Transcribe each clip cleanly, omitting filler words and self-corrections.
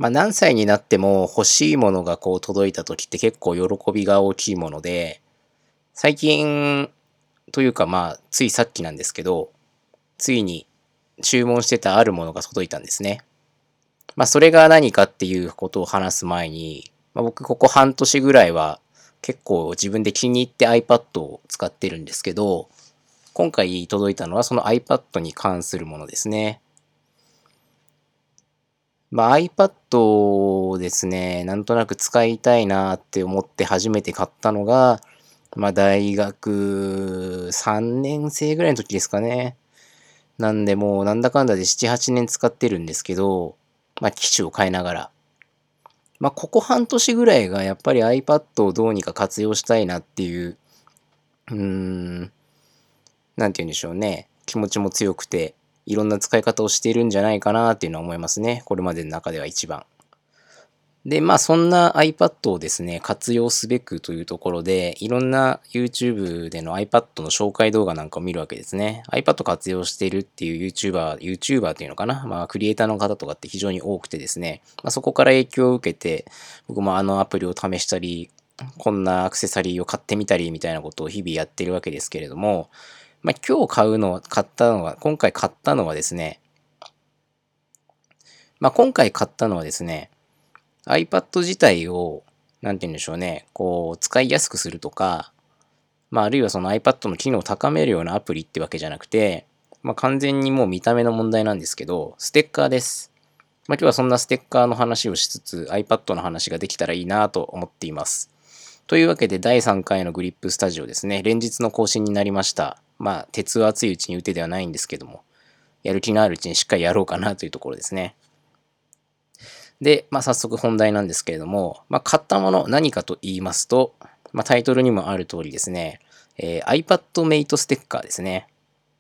何歳になっても欲しいものがこう届いた時って結構喜びが大きいもので、最近というかついさっきなんですけど、ついに注文してたあるものが届いたんですね。それが何かっていうことを話す前に、僕ここ半年ぐらいは結構自分で気に入って iPad を使ってるんですけど、今回届いたのはその iPad に関するものですね。iPad をですね、なんとなく使いたいなって思って初めて買ったのが、大学3年生ぐらいの時ですかね。なんでもうなんだかんだで7、8年使ってるんですけど、機種を変えながら。ここ半年ぐらいがやっぱり iPad をどうにか活用したいなっていう、うーん、なんて言うんでしょうね。気持ちも強くて、いろんな使い方をしているんじゃないかなっていうのは思いますね。これまでの中では一番。で、そんな iPad をですね、活用すべくというところで、いろんな YouTube での iPad の紹介動画なんかを見るわけですね。iPad 活用しているっていう YouTuber っていうのかな。クリエイターの方とかって非常に多くてですね、そこから影響を受けて、僕もあのアプリを試したり、こんなアクセサリーを買ってみたりみたいなことを日々やってるわけですけれども、今回買ったのはですね、iPad 自体を、なんて言うんでしょうね、こう、使いやすくするとか、あるいはその iPad の機能を高めるようなアプリってわけじゃなくて、完全にもう見た目の問題なんですけど、ステッカーです。今日はそんなステッカーの話をしつつ、iPad の話ができたらいいなと思っています。というわけで、第3回のグリップスタジオですね、連日の更新になりました。鉄は熱いうちに打てではないんですけども、やる気のあるうちにしっかりやろうかなというところですね。で、早速本題なんですけれども、買ったもの何かと言いますと、タイトルにもある通りですね、iPad Mate ステッカーですね。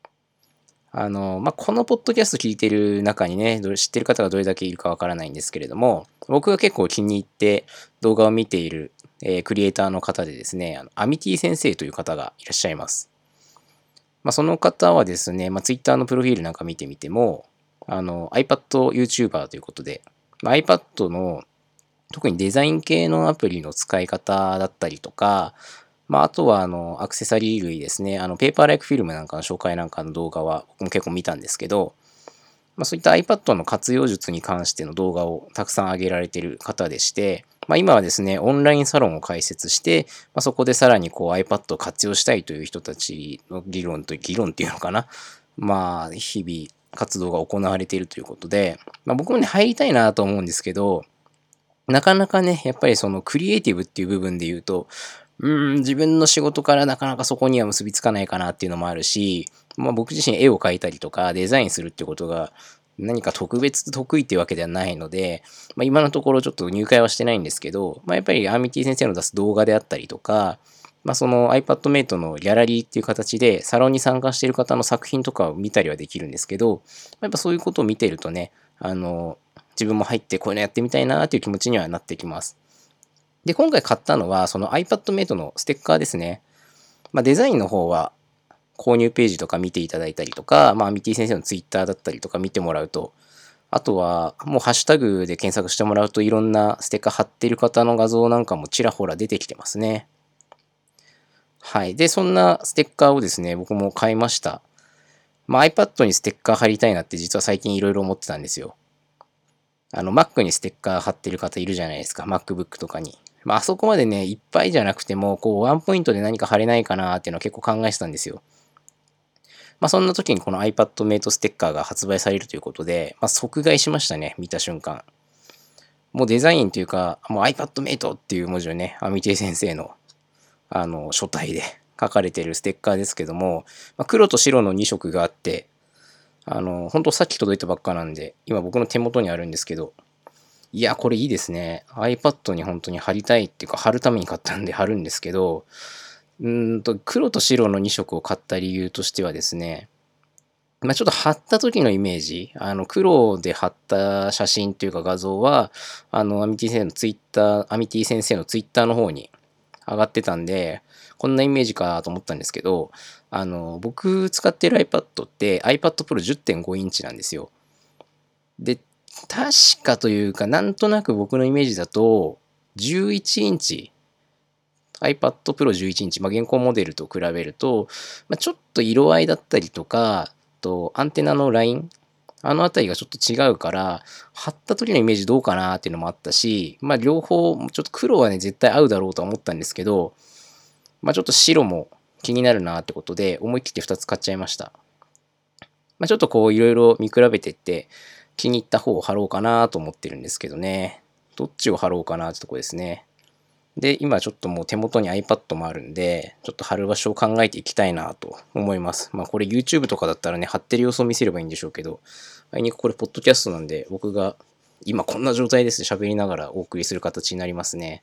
このポッドキャスト聞いてる中にね、知ってる方がどれだけいるかわからないんですけれども、僕が結構気に入って動画を見ている、クリエイターの方でですね、アミティ先生という方がいらっしゃいます。その方はですね、Twitter のプロフィールなんか見てみても、iPad YouTuber ということで、iPad の特にデザイン系のアプリの使い方だったりとか、あとはアクセサリー類ですね、ペーパーライクフィルムなんかの紹介なんかの動画は僕も結構見たんですけど、そういった iPad の活用術に関しての動画をたくさん上げられている方でして、今はですね、オンラインサロンを開設して、そこでさらにこう iPad を活用したいという人たちの議論っていうのかな。日々活動が行われているということで、僕もね、入りたいなと思うんですけど、なかなかね、やっぱりそのクリエイティブっていう部分で言うと、自分の仕事からなかなかそこには結びつかないかなっていうのもあるし、僕自身絵を描いたりとかデザインするってことが何か特別得意っていうわけではないので、今のところちょっと入会はしてないんですけど、やっぱりアーミティ先生の出す動画であったりとか、その iPadMate のギャラリーっていう形でサロンに参加している方の作品とかを見たりはできるんですけど、やっぱそういうことを見てるとね、自分も入ってこういうのやってみたいなっていう気持ちにはなってきます。で、今回買ったのは、その iPadMate のステッカーですね。デザインの方は、購入ページとか見ていただいたりとか、アミティ先生のツイッターだったりとか見てもらうと、あとは、もうハッシュタグで検索してもらうといろんなステッカー貼ってる方の画像なんかもちらほら出てきてますね。はい。で、そんなステッカーをですね、僕も買いました。iPad にステッカー貼りたいなって実は最近いろいろ思ってたんですよ。Mac にステッカー貼ってる方いるじゃないですか。MacBook とかに。あそこまでね、いっぱいじゃなくても、こう、ワンポイントで何か貼れないかなっていうのは結構考えてたんですよ。そんな時にこの iPadMate ステッカーが発売されるということで、即買いしましたね、見た瞬間。もうデザインというか、もう iPadMate っていう文字をね、アミティ先生の、書体で書かれてるステッカーですけども、黒と白の2色があって、本当さっき届いたばっかなんで、今僕の手元にあるんですけど、いや、これいいですね。iPad に本当に貼りたいっていうか、貼るために買ったんで貼るんですけど、黒と白の2色を買った理由としてはですね、ちょっと貼った時のイメージ、黒で貼った写真というか画像は、アミティ先生のツイッターの方に上がってたんで、こんなイメージかと思ったんですけど、僕使ってる iPad って iPad Pro 10.5インチなんですよ。で、 確かというか、なんとなく僕のイメージだと、11インチ、iPad Pro 11インチ、現行モデルと比べると、ちょっと色合いだったりとか、アンテナのライン、あのあたりがちょっと違うから、貼った時のイメージどうかなっていうのもあったし、両方、ちょっと黒はね、絶対合うだろうとは思ったんですけど、ちょっと白も気になるなってことで、思い切って2つ買っちゃいました。ちょっとこう、いろいろ見比べてって、気に入った方を貼ろうかなと思ってるんですけどね。どっちを貼ろうかなってとこですね。で、今ちょっともう手元に iPad もあるんで、ちょっと貼る場所を考えていきたいなと思います。これ YouTube とかだったらね、貼ってる様子を見せればいいんでしょうけど、あいにくこれポッドキャストなんで、僕が今こんな状態です喋りながらお送りする形になりますね。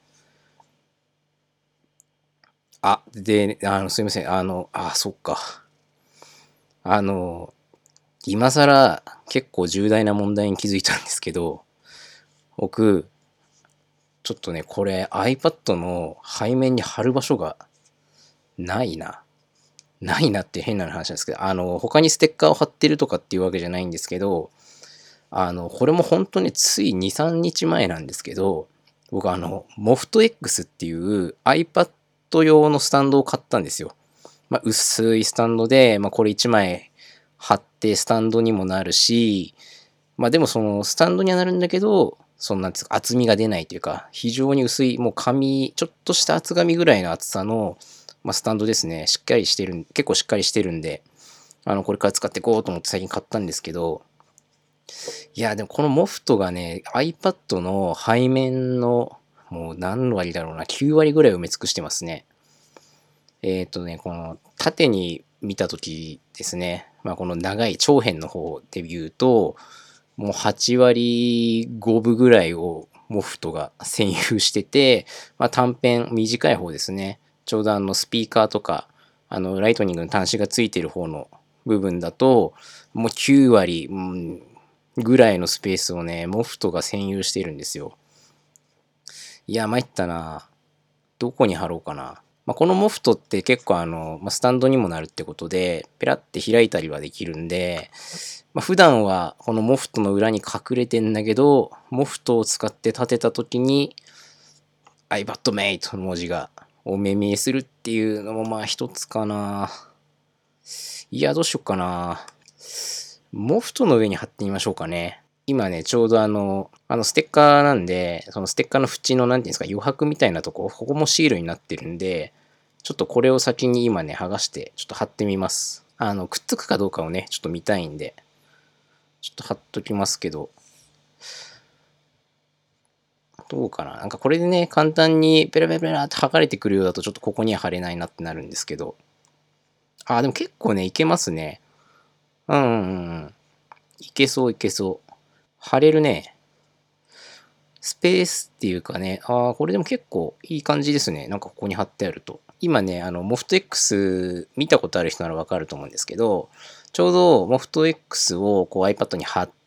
で、すいません。そっか。あの、今更結構重大な問題に気づいたんですけど、僕、ちょっとね、これ iPad の背面に貼る場所がないな。ないなって変な話なんですけど、他にステッカーを貼ってるとかっていうわけじゃないんですけど、これも本当につい2、3日前なんですけど、僕モフト X っていう iPad 用のスタンドを買ったんですよ。薄いスタンドで、これ1枚貼ってスタンドにもなるし、でもそのスタンドにはなるんだけど、そんなんですか、厚みが出ないというか、非常に薄い、もう紙、ちょっとした厚紙ぐらいの厚さの、スタンドですね。しっかりしてる、結構しっかりしてるんで、これから使っていこうと思って最近買ったんですけど、いや、でもこのモフトがね、iPad の背面の、もう何割だろうな、9割ぐらい埋め尽くしてますね。この縦に見たときですね、この長い長辺の方で言うと、もう8割5分ぐらいをモフトが占有してて、短辺短い方ですね。ちょうどスピーカーとか、ライトニングの端子がついてる方の部分だと、もう9割、ぐらいのスペースをね、モフトが占有してるんですよ。いや、参ったな。どこに貼ろうかな。このモフトって結構スタンドにもなるってことで、ペラって開いたりはできるんで、普段はこのモフトの裏に隠れてんだけど、モフトを使って立てた時に iPadMate の文字がお目見えするっていうのも一つかな。いや、どうしよっかな。モフトの上に貼ってみましょうかね。今ね、ちょうどステッカーなんで、そのステッカーの縁のなんていうんですか、余白みたいなとこ、ここもシールになってるんで、ちょっとこれを先に今ね、剥がして、ちょっと貼ってみます。くっつくかどうかをね、ちょっと見たいんで、ちょっと貼っときますけど、どうかな。なんかこれでね、簡単にペラペラペラって剥がれてくるようだと、ちょっとここには貼れないなってなるんですけど、でも結構ね、いけますね。うんうんうん。いけそういけそう。貼れるね。スペースっていうかね、これでも結構いい感じですね。なんかここに貼ってあると。今ね、モフト X 見たことある人ならわかると思うんですけど、ちょうどモフト X をこう iPad に貼って、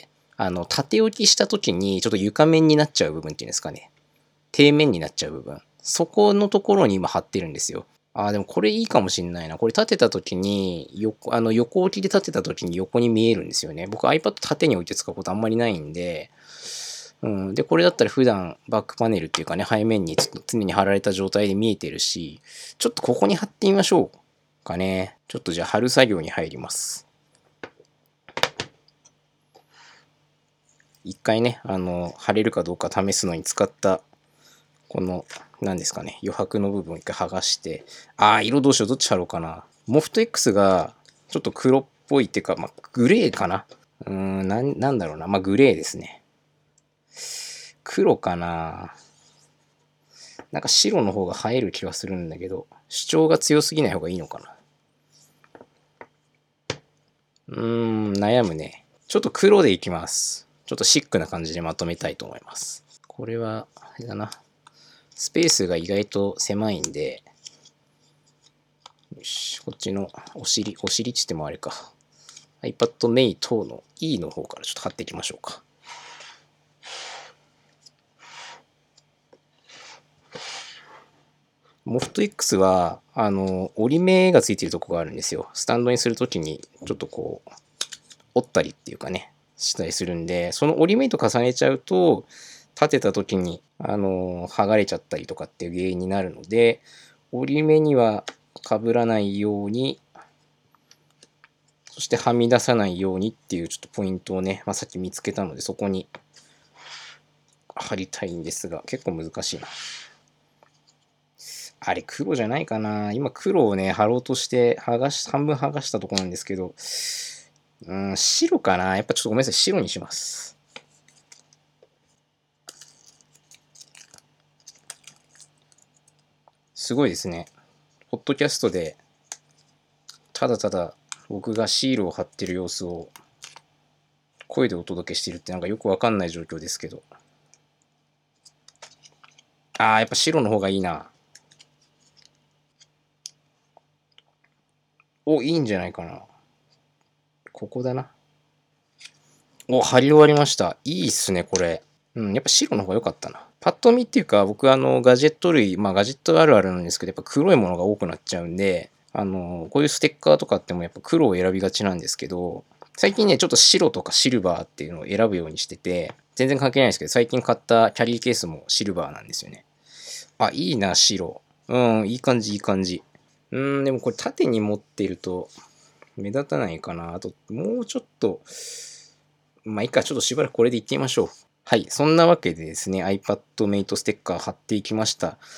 縦置きした時にちょっと床面になっちゃう部分っていうんですかね。底面になっちゃう部分。そこのところに今貼ってるんですよ。でもこれいいかもしんないな。これ立てた時に、横置きで立てた時に横に見えるんですよね。僕 iPad 縦に置いて使うことあんまりないんで、で、これだったら普段バックパネルっていうかね、背面に常に貼られた状態で見えてるし、ちょっとここに貼ってみましょうかね。ちょっとじゃあ貼る作業に入ります。一回ね、貼れるかどうか試すのに使った、この、何ですかね、余白の部分を一回剥がして、色どうしよう、どっち貼ろうかな。モフト X が、ちょっと黒っぽいっていうか、グレーかな。なんだろうな。グレーですね。黒かな。なんか白の方が映える気はするんだけど、主張が強すぎない方がいいのかな。悩むね。ちょっと黒でいきます。ちょっとシックな感じでまとめたいと思います。これは、あれだな。スペースが意外と狭いんで、よし、こっちのお尻って言ってもあれか。iPad Mate の E の方からちょっと貼っていきましょうか。モフト X は、折り目がついてるとこがあるんですよ。スタンドにするときに、ちょっとこう、折ったりっていうかね、 したりするんで、その折り目と重ねちゃうと、立てた時に、剥がれちゃったりとかっていう原因になるので、折り目には被らないように、そしてはみ出さないようにっていうちょっとポイントをね、さっき見つけたので、そこに貼りたいんですが、結構難しいな。あれ、黒じゃないかな。今、黒をね、貼ろうとして、半分剥がしたとこなんですけど、白かな。やっぱちょっとごめんなさい。白にします。すごいですね。ポッドキャストで、ただただ僕がシールを貼ってる様子を声でお届けしてるってなんかよくわかんない状況ですけど。やっぱ白の方がいいな。いいんじゃないかな。ここだな。貼り終わりました。いいっすね、これ。やっぱ白の方が良かったな。パッと見っていうか、僕ガジェット類、ガジェットあるあるなんですけど、やっぱ黒いものが多くなっちゃうんで、こういうステッカーとかってもやっぱ黒を選びがちなんですけど、最近ね、ちょっと白とかシルバーっていうのを選ぶようにしてて、全然関係ないですけど、最近買ったキャリーケースもシルバーなんですよね。いいな、白。いい感じ、いい感じ。でもこれ縦に持ってると目立たないかな。あと、もうちょっと、いいか、ちょっとしばらくこれでいってみましょう。はい。そんなわけでですね、iPadMate ステッカー貼っていきました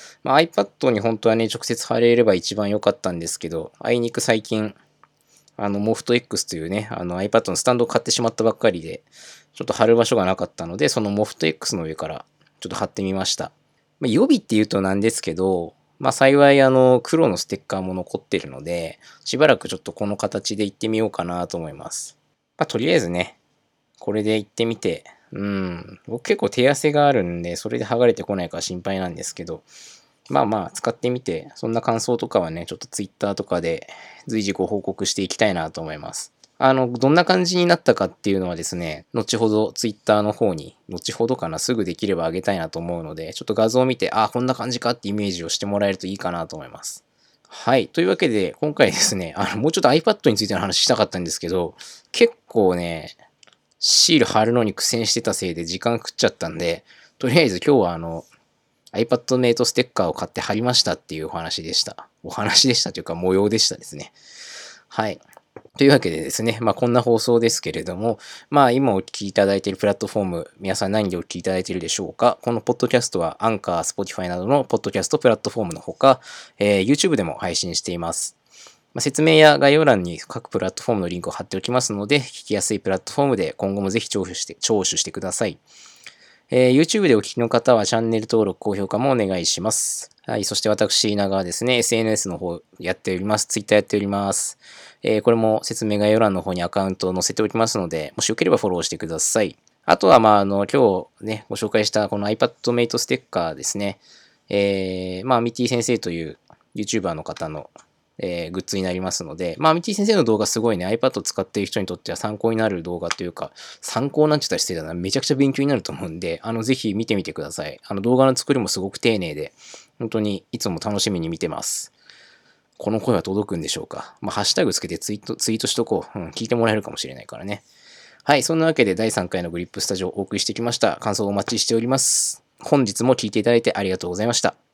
。iPad に本当はね、直接貼れれば一番良かったんですけど、あいにく最近、モフト X というね、iPad のスタンドを買ってしまったばっかりで、ちょっと貼る場所がなかったので、そのモフト X の上からちょっと貼ってみました。予備って言うとなんですけど、幸い黒のステッカーも残ってるので、しばらくちょっとこの形でいってみようかなと思います。とりあえずね、これでいってみて、僕結構手汗があるんで、それで剥がれてこないか心配なんですけど、使ってみて、そんな感想とかはね、ちょっと Twitter とかで随時ご報告していきたいなと思います。どんな感じになったかっていうのはですね、後ほど Twitter の方に、後ほどかな、すぐできればあげたいなと思うので、ちょっと画像を見て、こんな感じかってイメージをしてもらえるといいかなと思います。はい。というわけで、今回ですね、もうちょっと iPad についての話したかったんですけど、結構ね、シール貼るのに苦戦してたせいで時間食っちゃったんで、とりあえず今日はiPadMate ステッカーを買って貼りましたっていうお話でした。お話でしたというか模様でしたですね。はい。というわけでですね、こんな放送ですけれども、今お聞きいただいているプラットフォーム、皆さん何でお聞きいただいているでしょうか。このポッドキャストはアンカー、Spotify などのポッドキャストプラットフォームのほか、YouTube でも配信しています。説明や概要欄に各プラットフォームのリンクを貼っておきますので、聞きやすいプラットフォームで今後もぜひ聴取してください。YouTube でお聞きの方はチャンネル登録、高評価もお願いします。はい。そして私、稲川はですね、SNS の方やっております。Twitter やっております。これも説明概要欄の方にアカウントを載せておきますので、もしよければフォローしてください。あとは、今日ね、ご紹介したこの iPadMate ステッカーですね。アミティ先生という YouTuber の方のグッズになりますので、ミティ先生の動画すごいね、iPad を使っている人にとっては参考になる動画というか、参考なんて言ったら失礼だな、めちゃくちゃ勉強になると思うんで、ぜひ見てみてください。動画の作りもすごく丁寧で、本当にいつも楽しみに見てます。この声は届くんでしょうか。ハッシュタグつけてツイートしとこう。聞いてもらえるかもしれないからね。はい、そんなわけで第3回のグリップスタジオをお送りしてきました。感想をお待ちしております。本日も聞いていただいてありがとうございました。